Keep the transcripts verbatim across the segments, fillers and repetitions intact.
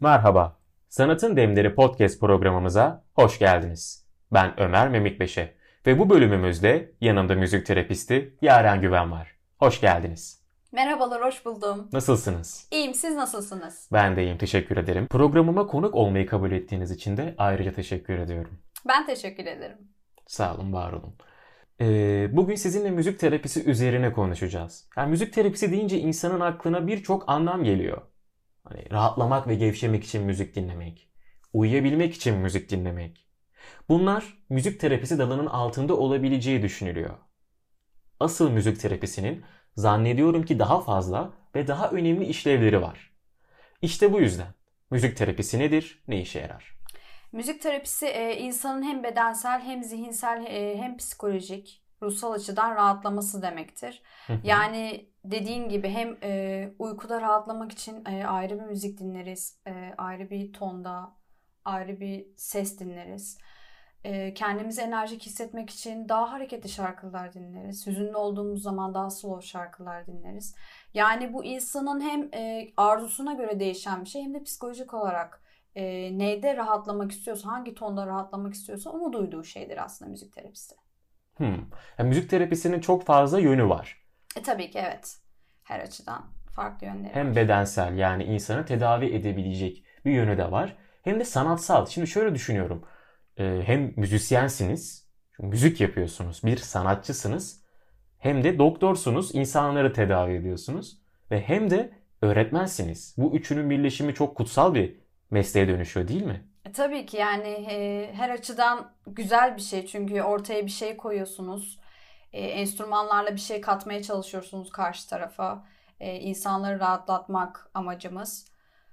Merhaba, Sanatın Demleri Podcast programımıza hoş geldiniz. Ben Ömer Memikbeşe ve bu bölümümüzde yanımda müzik terapisti Yaren Güven var. Hoş geldiniz. Merhabalar, hoş buldum. Nasılsınız? İyiyim, siz nasılsınız? Ben de iyiyim, teşekkür ederim. Programıma konuk olmayı kabul ettiğiniz için de ayrıca teşekkür ediyorum. Ben teşekkür ederim. Sağ olun, var olun. Ee, bugün sizinle müzik terapisi üzerine konuşacağız. Yani müzik terapisi deyince insanın aklına birçok anlam geliyor. Hani rahatlamak ve gevşemek için müzik dinlemek, uyuyabilmek için müzik dinlemek. Bunlar müzik terapisi dalının altında olabileceği düşünülüyor. Asıl müzik terapisinin zannediyorum ki daha fazla ve daha önemli işlevleri var. İşte bu yüzden müzik terapisi nedir, ne işe yarar? Müzik terapisi e, insanın hem bedensel hem zihinsel e, hem psikolojik, ruhsal açıdan rahatlaması demektir. Yani dediğin gibi hem e, uykuda rahatlamak için e, ayrı bir müzik dinleriz, e, ayrı bir tonda, ayrı bir ses dinleriz. E, kendimizi enerjik hissetmek için daha hareketli şarkılar dinleriz. Hüzünlü olduğumuz zaman daha slow şarkılar dinleriz. Yani bu insanın hem e, arzusuna göre değişen bir şey hem de psikolojik olarak e, neyde rahatlamak istiyorsa, hangi tonda rahatlamak istiyorsa onu duyduğu şeydir aslında müzik terapisi. Hmm. Yani müzik terapisinin çok fazla yönü var. E tabii ki evet. Her açıdan farklı yönleri Hem var. bedensel, yani insanı tedavi edebilecek bir yönü de var. Hem de sanatsal. Şimdi şöyle düşünüyorum. Ee, hem müzisyensiniz, çünkü müzik yapıyorsunuz, bir sanatçısınız. Hem de doktorsunuz, insanları tedavi ediyorsunuz. Ve hem de öğretmensiniz. Bu üçünün birleşimi çok kutsal bir mesleğe dönüşüyor, değil mi? E, tabii ki yani e, her açıdan güzel bir şey. Çünkü ortaya bir şey koyuyorsunuz. E, enstrümanlarla bir şey katmaya çalışıyorsunuz karşı tarafa. E, insanları rahatlatmak amacımız.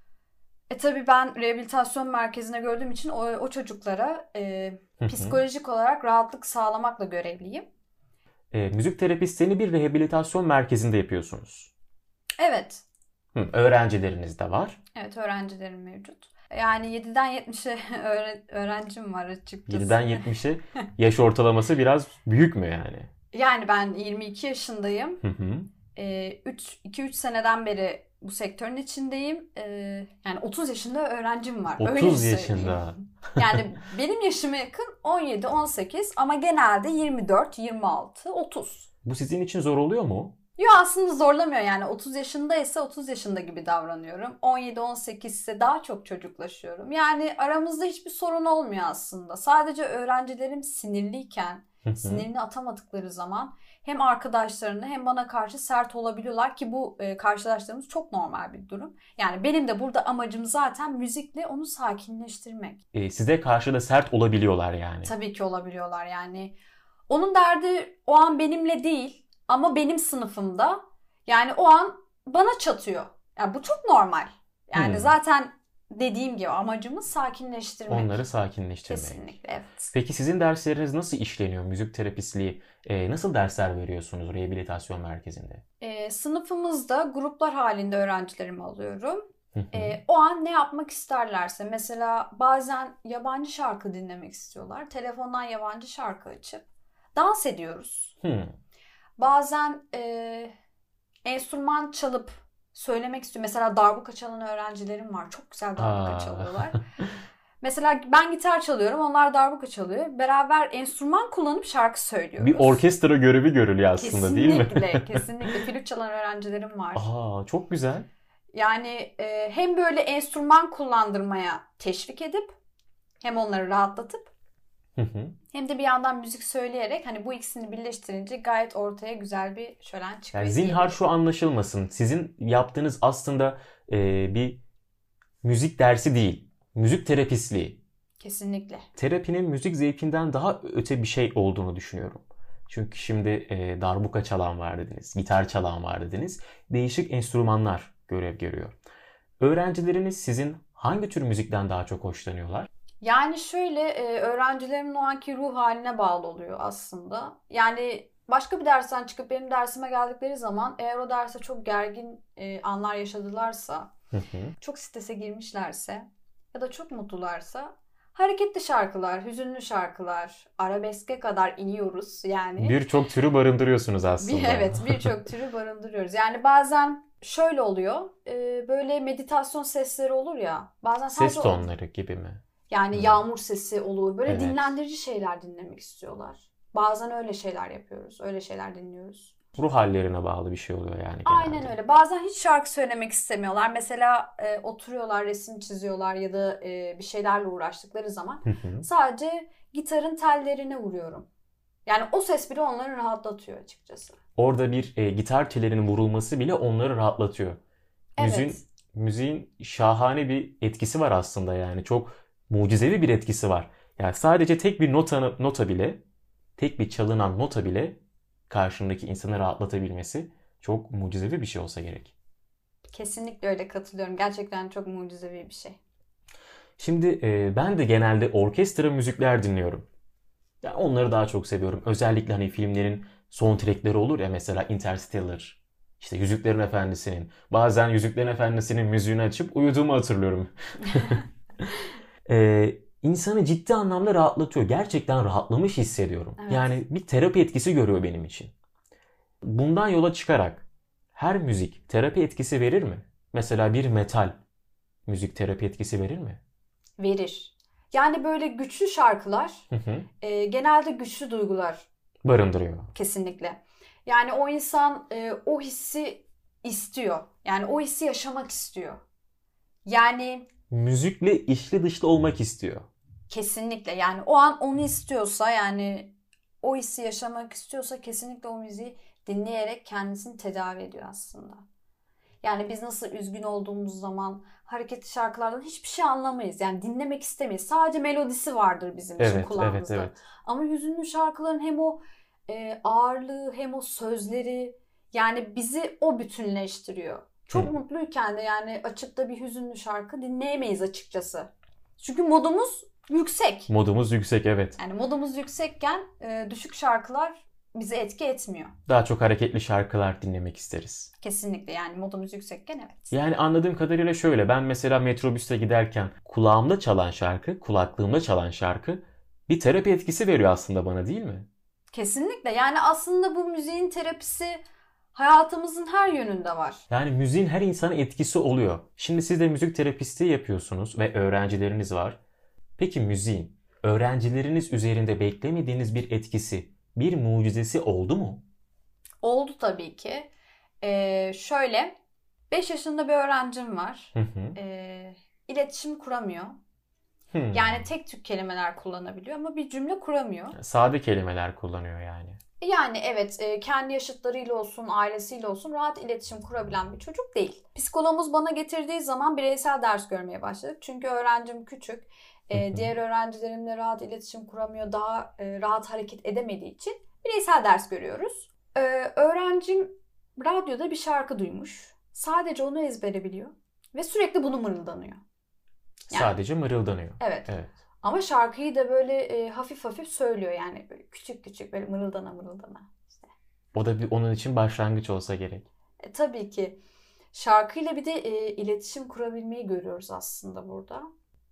E tabii ben rehabilitasyon merkezine gördüğüm için o, o çocuklara e, psikolojik olarak rahatlık sağlamakla görevliyim. E, müzik terapistliğini bir rehabilitasyon merkezinde yapıyorsunuz. Evet. Hı, öğrencileriniz de var. Evet, öğrencilerim mevcut. Yani yediden yetmişe öğrencim var açıkçası. yediden yetmişe yaş ortalaması biraz büyük mü yani? Yani ben yirmi iki yaşındayım. Hı hı. iki üç seneden beri bu sektörün içindeyim. Ee, yani otuz yaşında öğrencim var. otuz yaşında. Yani benim yaşıma yakın on yedi on sekiz ama genelde yirmi dört yirmi altı otuz. Bu sizin için zor oluyor mu? Yok, aslında zorlamıyor yani. otuz yaşındaysa otuz yaşında gibi davranıyorum. on yedi on sekiz ise daha çok çocuklaşıyorum. Yani aramızda hiçbir sorun olmuyor aslında. Sadece öğrencilerim sinirliyken, sinirini atamadıkları zaman hem arkadaşlarına hem bana karşı sert olabiliyorlar ki bu e, karşılaştığımız çok normal bir durum. Yani benim de burada amacım zaten müzikle onu sakinleştirmek. E, size karşı da sert olabiliyorlar yani. Tabii ki olabiliyorlar yani. Onun derdi o an benimle değil ama benim sınıfımda. Yani o an bana çatıyor. Yani bu çok normal. Yani hmm. zaten dediğim gibi amacımız sakinleştirmek. Onları sakinleştirmek. Kesinlikle, evet. Peki sizin dersleriniz nasıl işleniyor? Müzik terapistliği e, nasıl dersler veriyorsunuz rehabilitasyon merkezinde? E, sınıfımızda gruplar halinde öğrencilerimi alıyorum. e, o an ne yapmak isterlerse. Mesela bazen yabancı şarkı dinlemek istiyorlar. Telefondan yabancı şarkı açıp dans ediyoruz. Hmm. Bazen e, enstrüman çalıp söylemek istiyor. Mesela darbuka çalan öğrencilerim var. Çok güzel darbuka Aa. çalıyorlar. Mesela ben gitar çalıyorum, onlar darbuka çalıyor. Beraber enstrüman kullanıp şarkı söylüyoruz. Bir orkestra görevi görülüyor aslında, kesinlikle, değil mi? Kesinlikle, kesinlikle. Flüt çalan öğrencilerim var. Aa, çok güzel. Yani e, hem böyle enstrüman kullandırmaya teşvik edip hem onları rahatlatıp hem de bir yandan müzik söyleyerek hani bu ikisini birleştirince gayet ortaya güzel bir şölen çıkıyor. Yani zinhar şu anlaşılmasın. Sizin yaptığınız aslında e, bir müzik dersi değil. Müzik terapistliği. Kesinlikle. Terapinin müzik zevkinden daha öte bir şey olduğunu düşünüyorum. Çünkü şimdi e, darbuka çalan var dediniz, gitar çalan var dediniz. Değişik enstrümanlar görev görüyor. Öğrencileriniz sizin hangi tür müzikten daha çok hoşlanıyorlar? Yani şöyle e, öğrencilerimin o anki ruh haline bağlı oluyor aslında. Yani başka bir dersten çıkıp benim dersime geldikleri zaman eğer o derste çok gergin e, anlar yaşadılarsa, hı hı. çok strese girmişlerse ya da çok mutlularsa hareketli şarkılar, hüzünlü şarkılar, arabeske kadar iniyoruz yani. Birçok türü barındırıyorsunuz aslında. Bir, evet, birçok türü barındırıyoruz. Yani bazen şöyle oluyor. E, böyle meditasyon sesleri olur ya. Bazen Ses sadece o- tonları gibi mi? yani Hmm. yağmur sesi olur. Böyle Evet. dinlendirici şeyler dinlemek istiyorlar. Bazen öyle şeyler yapıyoruz. Öyle şeyler dinliyoruz. Ruh hallerine bağlı bir şey oluyor yani genelde. Aynen öyle. Bazen hiç şarkı söylemek istemiyorlar. Mesela e, oturuyorlar, resim çiziyorlar ya da e, bir şeylerle uğraştıkları zaman Hı hı. sadece gitarın tellerine vuruyorum. Yani o ses bile onları rahatlatıyor açıkçası. Orada bir e, gitar tellerinin vurulması bile onları rahatlatıyor. Müziğin, Evet. müziğin şahane bir etkisi var aslında yani. Çok mucizevi bir etkisi var. Yani sadece tek bir nota, nota bile, tek bir çalınan nota bile karşındaki insanı rahatlatabilmesi çok mucizevi bir şey olsa gerek. Kesinlikle öyle katılıyorum. Gerçekten çok mucizevi bir şey. Şimdi e, ben de genelde orkestra müzikler dinliyorum. Yani onları daha çok seviyorum. Özellikle hani filmlerin soundtrackleri olur ya, mesela Interstellar, işte Yüzüklerin Efendisi'nin. Bazen Yüzüklerin Efendisi'nin müziğini açıp uyuduğumu hatırlıyorum. Ee, insanı ciddi anlamda rahatlatıyor. Gerçekten rahatlamış hissediyorum. Evet. Yani bir terapi etkisi görüyor benim için. Bundan yola çıkarak her müzik terapi etkisi verir mi? Mesela bir metal müzik terapi etkisi verir mi? Verir. Yani böyle güçlü şarkılar Hı hı. e, genelde güçlü duygular Barındırıyor. kesinlikle. Yani o insan e, o hissi istiyor. Yani o hissi yaşamak istiyor. Yani Müzikle içli dışlı olmak istiyor. kesinlikle yani o an onu istiyorsa, yani o hissi yaşamak istiyorsa kesinlikle o müziği dinleyerek kendisini tedavi ediyor aslında. Yani biz nasıl üzgün olduğumuz zaman hareketli şarkılardan hiçbir şey anlamayız. Yani dinlemek istemeyiz. Sadece melodisi vardır bizim için Evet, evet, kulağımızda. evet. Ama hüzünlü şarkıların hem o e, ağırlığı hem o sözleri, yani bizi o bütünleştiriyor. Çok Hı. mutluyken de yani açıp da bir hüzünlü şarkı dinleyemeyiz açıkçası. Çünkü modumuz yüksek. Modumuz yüksek, evet. Yani modumuz yüksekken e, düşük şarkılar bizi etki etmiyor. Daha çok hareketli şarkılar dinlemek isteriz. Kesinlikle, yani modumuz yüksekken evet. Yani anladığım kadarıyla şöyle. Ben mesela metrobüste giderken kulağımda çalan şarkı, kulaklığımda çalan şarkı bir terapi etkisi veriyor aslında bana, değil mi? Kesinlikle. Yani aslında bu müziğin terapisi hayatımızın her yönünde var. Yani müziğin her insana etkisi oluyor. Şimdi siz de müzik terapisti yapıyorsunuz ve öğrencileriniz var. Peki müziğin öğrencileriniz üzerinde beklemediğiniz bir etkisi, bir mucizesi oldu mu? Oldu tabii ki. Ee, şöyle, beş yaşında bir öğrencim var. Hı hı. Ee, iletişim kuramıyor. Hmm. Yani tek tük kelimeler kullanabiliyor ama bir cümle kuramıyor. Sade kelimeler kullanıyor yani. Yani evet, e, kendi yaşıtlarıyla olsun, ailesiyle olsun rahat iletişim kurabilen bir çocuk değil. Psikologumuz bana getirdiği zaman bireysel ders görmeye başladık. Çünkü öğrencim küçük. E, Hı hı. diğer öğrencilerimle rahat iletişim kuramıyor, daha e, rahat hareket edemediği için bireysel ders görüyoruz. E, öğrencim radyoda bir şarkı duymuş. Sadece onu ezbere biliyor ve sürekli bunu mırıldanıyor. Yani- Sadece mırıldanıyor. Evet. Evet. Ama şarkıyı da böyle e, hafif hafif söylüyor, yani böyle küçük küçük böyle mırıldana mırıldana. İşte. O da bir onun için başlangıç olsa gerek. E, tabii ki şarkıyla bir de e, iletişim kurabilmeyi görüyoruz aslında burada.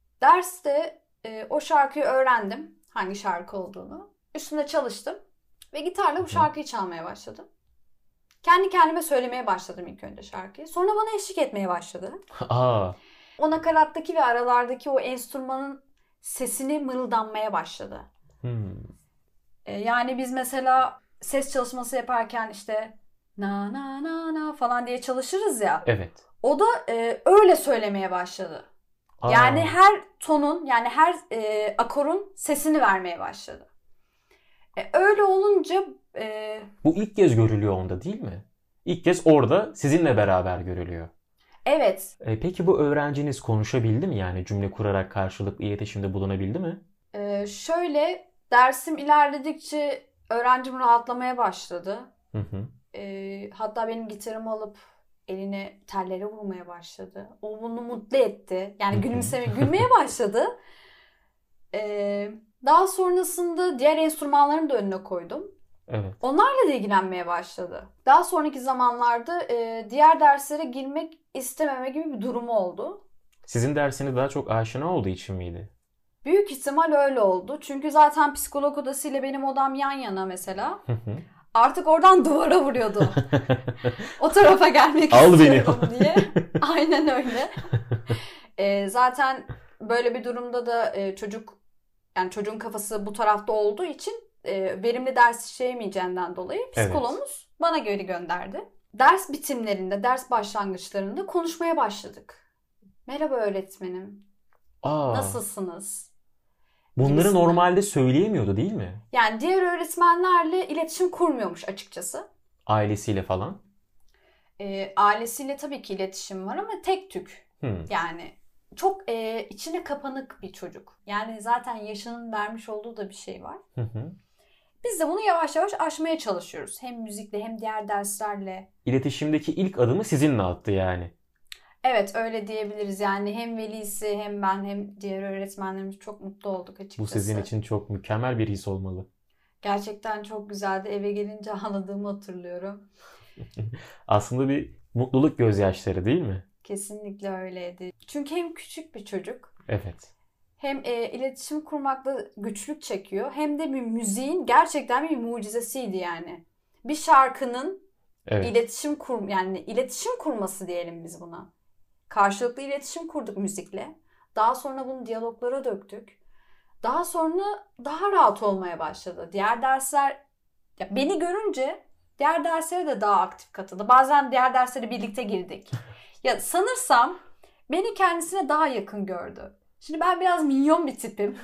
Derste e, o şarkıyı öğrendim, hangi şarkı olduğunu. Üstünde çalıştım ve gitarla bu şarkıyı çalmaya başladım. Kendi kendime söylemeye başladım ilk önce şarkıyı. Sonra bana eşlik etmeye başladı. Aa, O nakarattaki ve aralardaki o enstrümanın sesini mırıldanmaya başladı. hmm. E, yani biz mesela ses çalışması yaparken işte na na na na falan diye çalışırız ya. Evet. O da e, öyle söylemeye başladı. Aa, Yani her tonun, yani her e, akorun sesini vermeye başladı. E, öyle olunca e, bu ilk kez görülüyor onda, değil mi? İlk kez orada sizinle beraber görülüyor. evet, E, peki bu öğrenciniz konuşabildi mi, yani cümle kurarak karşılıklı iletişimde bulunabildi mi? e, şöyle dersim ilerledikçe öğrencim rahatlamaya başladı. Hı hı. E, hatta benim gitarımı alıp eline tellere vurmaya başladı. O bunu mutlu etti. Yani Hı hı. gülümseme, gülmeye başladı. E, daha sonrasında diğer enstrümanlarını da önüne koydum. Evet. Onlarla da ilgilenmeye başladı. Daha sonraki zamanlarda e, diğer derslere girmek istememe gibi bir durumu oldu. Sizin dersiniz daha çok aşina olduğu için miydi? Büyük ihtimal öyle oldu. Çünkü zaten psikolog odasıyla benim odam yan yana mesela. Hı hı. Artık oradan duvara vuruyordu. O tarafa gelmek Al istiyorum beni. diye. Aynen öyle. E, zaten böyle bir durumda da e, çocuk yani çocuğun kafası bu tarafta olduğu için e, verimli ders işleyemeyeceğinden dolayı psikologumuz Evet. bana geri gönderdi. Ders bitimlerinde, ders başlangıçlarında konuşmaya başladık. Merhaba öğretmenim, Aa, nasılsınız? bunları Gibisinden. normalde söyleyemiyordu değil mi? Yani diğer öğretmenlerle iletişim kurmuyormuş açıkçası. Ailesiyle falan. E, ailesiyle tabii ki iletişim var ama tek tük. Hmm. Yani çok e, içine kapanık bir çocuk. Yani zaten yaşının vermiş olduğu da bir şey var. Hı hı. Biz de bunu yavaş yavaş aşmaya çalışıyoruz. Hem müzikle hem diğer derslerle. İletişimdeki ilk adımı sizinle attı yani. Evet öyle diyebiliriz. Yani hem velisi hem ben hem diğer öğretmenlerimiz çok mutlu olduk Bu sizin açıkçası. için çok mükemmel bir his olmalı. Gerçekten çok güzeldi. Eve gelince ağladığımı hatırlıyorum. Aslında bir mutluluk gözyaşları değil mi? Kesinlikle öyleydi. Çünkü hem küçük bir çocuk Evet. hem e, iletişim kurmakta güçlük çekiyor hem de bir müziğin gerçekten bir mucizesiydi yani. Bir şarkının Evet. iletişim kur yani iletişim kurması diyelim biz buna. Karşılıklı iletişim kurduk müzikle. Daha sonra bunu diyaloglara döktük. Daha sonra daha rahat olmaya başladı. Diğer dersler ya beni görünce diğer derslere de daha aktif katıldı. Bazen diğer derslere birlikte girdik. Ya sanırsam beni kendisine daha yakın gördü. Şimdi ben biraz minyon bir tipim.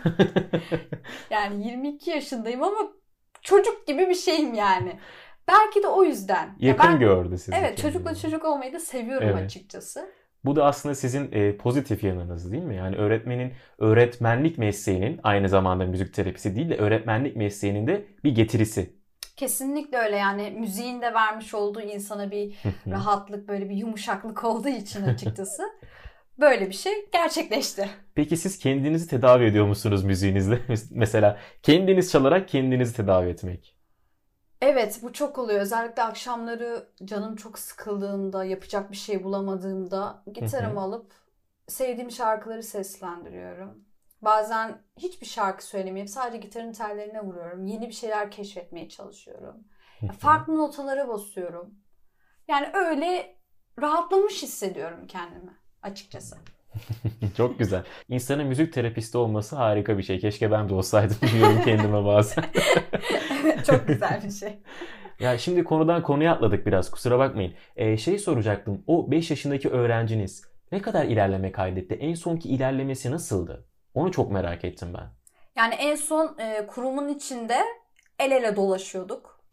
Yani yirmi iki yaşındayım ama çocuk gibi bir şeyim yani. Belki de o yüzden. Ya Yakın ben gördü sizi evet çocukla kendine. çocuk olmayı da seviyorum Evet. açıkçası. Bu da aslında sizin e, pozitif yanınız değil mi? Yani öğretmenin öğretmenlik mesleğinin aynı zamanda müzik terapisi değil de öğretmenlik mesleğinin de bir getirisi. Kesinlikle öyle yani müziğin de vermiş olduğu insana bir Hı hı. rahatlık böyle bir yumuşaklık olduğu için açıkçası böyle bir şey gerçekleşti. Peki siz kendinizi tedavi ediyor musunuz müziğinizle? Mesela kendiniz çalarak kendinizi tedavi etmek. Evet bu çok oluyor özellikle akşamları canım çok sıkıldığında yapacak bir şey bulamadığımda Hı hı. gitarımı alıp sevdiğim şarkıları seslendiriyorum. Bazen hiçbir şarkı söylemeyip sadece gitarın tellerine vuruyorum. Yeni bir şeyler keşfetmeye çalışıyorum. Hı hı. Farklı notalara basıyorum. Yani öyle rahatlamış hissediyorum kendimi açıkçası. Çok güzel. İnsanın müzik terapisti olması harika bir şey. Keşke ben de olsaydım diyorum kendime bazen. Evet çok güzel bir şey. Ya şimdi konudan konuya atladık biraz. Kusura bakmayın. Ee, şey soracaktım. O beş yaşındaki öğrenciniz ne kadar ilerleme kaydetti? En sonki ilerlemesi nasıldı? Onu çok merak ettim ben. Yani en son e, kurumun içinde el ele dolaşıyorduk.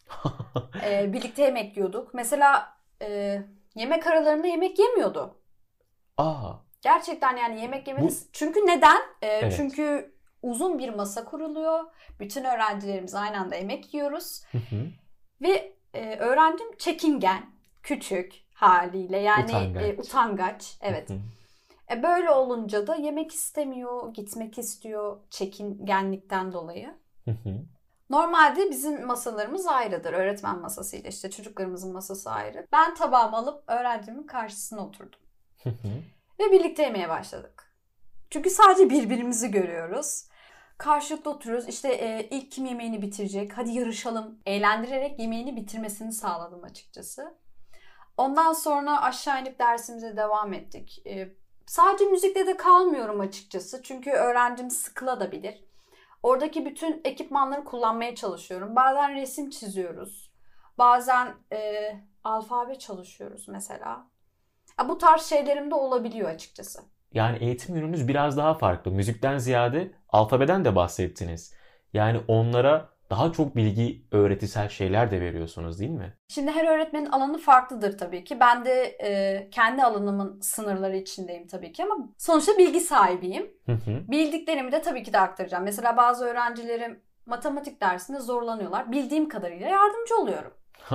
E, birlikte yemek yiyorduk. Mesela e, yemek aralarında yemek yemiyordu. Aa, Gerçekten yani yemek yemedi. bu Çünkü neden? E, evet. çünkü uzun bir masa kuruluyor. Bütün öğrencilerimiz aynı anda yemek yiyoruz. Hı hı. Ve e, öğrencim çekingen, küçük haliyle yani e, Utangaç. utangaç. Hı Evet. hı. E, böyle olunca da yemek istemiyor, gitmek istiyor çekingenlikten dolayı. Hı hı. Normalde bizim masalarımız ayrıdır. Öğretmen masasıyla işte çocuklarımızın masası ayrı. Ben tabağımı alıp öğrencimin karşısına oturdum. Hı hı. Ve birlikte yemeye başladık. Çünkü sadece birbirimizi görüyoruz. Karşılıklı oturuyoruz. İşte e, ilk kim yemeğini bitirecek? Hadi yarışalım. Eğlendirerek yemeğini bitirmesini sağladım açıkçası. Ondan sonra aşağı inip dersimize devam ettik. E, sadece müzikle de kalmıyorum açıkçası. Çünkü öğrencim sıkılabilir. Oradaki bütün ekipmanları kullanmaya çalışıyorum. Bazen resim çiziyoruz. Bazen e, alfabe çalışıyoruz mesela. Ya, bu tarz şeylerim de olabiliyor açıkçası. Yani eğitim yönünüz biraz daha farklı. Müzikten ziyade alfabeden de bahsettiniz. Yani onlara daha çok bilgi öğretisel şeyler de veriyorsunuz değil mi? Şimdi her öğretmenin alanı farklıdır tabii ki. Ben de e, kendi alanımın sınırları içindeyim tabii ki ama sonuçta bilgi sahibiyim. Hı hı. Bildiklerimi de tabii ki de aktaracağım. Mesela bazı öğrencilerim matematik dersinde zorlanıyorlar. Bildiğim kadarıyla yardımcı oluyorum.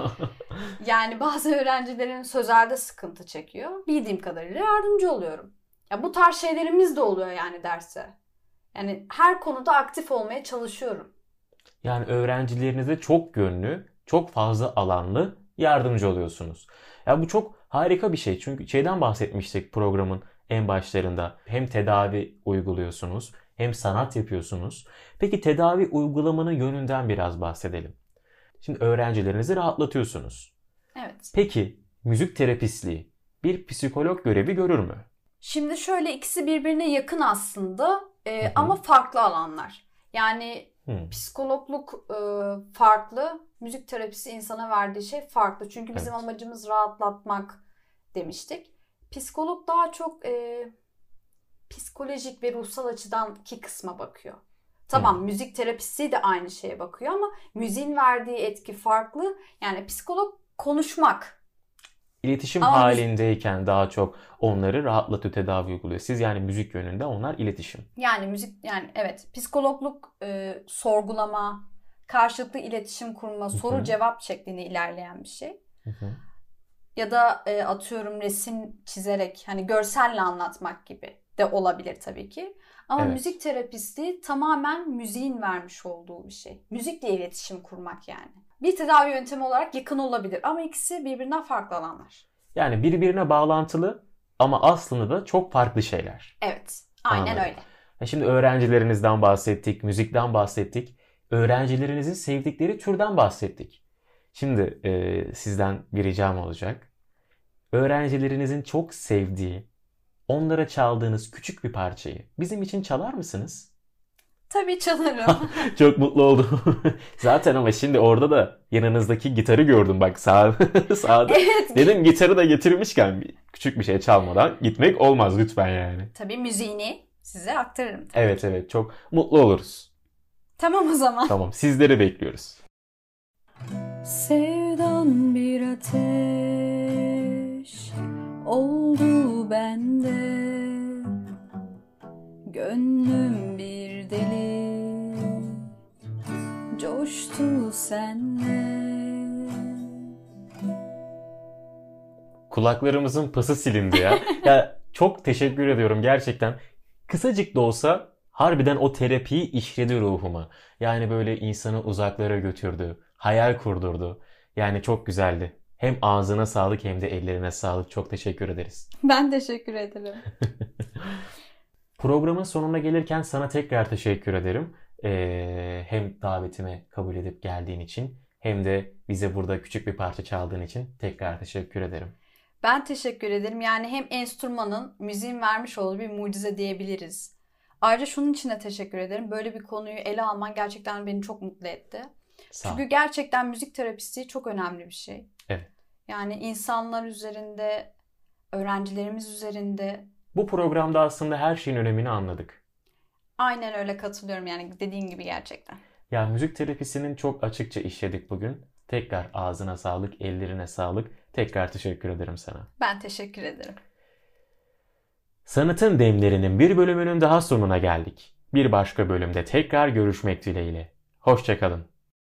Yani bazı öğrencilerin sözelde sıkıntı çekiyor. Bildiğim kadarıyla yardımcı oluyorum. Ya bu tarz şeylerimiz de oluyor yani derse. Yani her konuda aktif olmaya çalışıyorum. Yani öğrencilerinize çok yönlü, çok fazla alanlı yardımcı oluyorsunuz. Ya bu çok harika bir şey. Çünkü şeyden bahsetmiştik programın en başlarında. Hem tedavi uyguluyorsunuz, hem sanat yapıyorsunuz. Peki tedavi uygulamanın yönünden biraz bahsedelim. Şimdi öğrencilerinizi rahatlatıyorsunuz. Evet. Peki müzik terapistliği bir psikolog görevi görür mü? Şimdi şöyle, ikisi birbirine yakın aslında e, Hı hı. ama farklı alanlar. Yani Hı. psikologluk e, farklı, müzik terapisi insana verdiği şey farklı. Çünkü bizim Evet. amacımız rahatlatmak demiştik. Psikolog daha çok e, psikolojik ve ruhsal açıdan ki kısma bakıyor. Tamam, Hı. müzik terapisi de aynı şeye bakıyor ama müziğin verdiği etki farklı. Yani psikolog konuşmak. İletişim Ama müzik- halindeyken daha çok onları rahatlatıyor, tedavi uyguluyor. Siz yani müzik yönünde, onlar iletişim. Yani müzik, yani evet, psikologluk e, sorgulama, karşılıklı iletişim kurma, soru cevap şeklinde ilerleyen bir şey. Hı hı. Ya da e, atıyorum resim çizerek, hani görselle anlatmak gibi de olabilir tabii ki. Ama Evet. müzik terapistliği tamamen müziğin vermiş olduğu bir şey. Müzikle iletişim kurmak yani. Bir tedavi yöntemi olarak yakın olabilir ama ikisi birbirinden farklı alanlar. Yani birbirine bağlantılı ama aslında da çok farklı şeyler. Evet, aynen Anladım. öyle. E Şimdi öğrencilerinizden bahsettik, müzikten bahsettik. Öğrencilerinizin sevdikleri türden bahsettik. Şimdi e, sizden bir ricam olacak. Öğrencilerinizin çok sevdiği, onlara çaldığınız küçük bir parçayı bizim için çalar mısınız? Tabii çalarım. Çok mutlu oldum. Zaten ama şimdi orada da yanınızdaki gitarı gördüm bak, sağ sağda. Evet. Dedim gitarı da getirmişken bir- küçük bir şey çalmadan gitmek olmaz lütfen yani. Tabii müziğini size aktarırım. Tabii. Evet evet, çok mutlu oluruz. Tamam o zaman. Tamam, sizleri bekliyoruz. Sevdan bir ateş oldu bende, gönlüm bir deli coştu senle. Kulaklarımızın pası silindi ya. Ya çok teşekkür ediyorum gerçekten. Kısacık da olsa harbiden o terapiyi işledi ruhuma. Yani böyle insanı uzaklara götürdü, hayal kurdurdu. Yani çok güzeldi. Hem ağzına sağlık hem de ellerine sağlık. Çok teşekkür ederiz. Ben teşekkür ederim. Programın sonuna gelirken sana tekrar teşekkür ederim. Ee, hem davetimi kabul edip geldiğin için hem de bize burada küçük bir parça çaldığın için tekrar teşekkür ederim. Ben teşekkür ederim. Yani hem enstrümanın, müziğin vermiş olduğu bir mucize diyebiliriz. Ayrıca şunun için de teşekkür ederim. Böyle bir konuyu ele alman gerçekten beni çok mutlu etti. Sağ ol. Çünkü gerçekten müzik terapisi çok önemli bir şey. Evet. Yani insanlar üzerinde, öğrencilerimiz üzerinde. Bu programda aslında her şeyin önemini anladık. Aynen öyle, katılıyorum yani dediğin gibi gerçekten. Ya müzik terapisinin çok açıkça işledik bugün. Tekrar ağzına sağlık, ellerine sağlık. Tekrar teşekkür ederim sana. Ben teşekkür ederim. Sanatın Demleri'nin bir bölümünün daha sonuna geldik. Bir başka bölümde tekrar görüşmek dileğiyle. Hoşça kalın.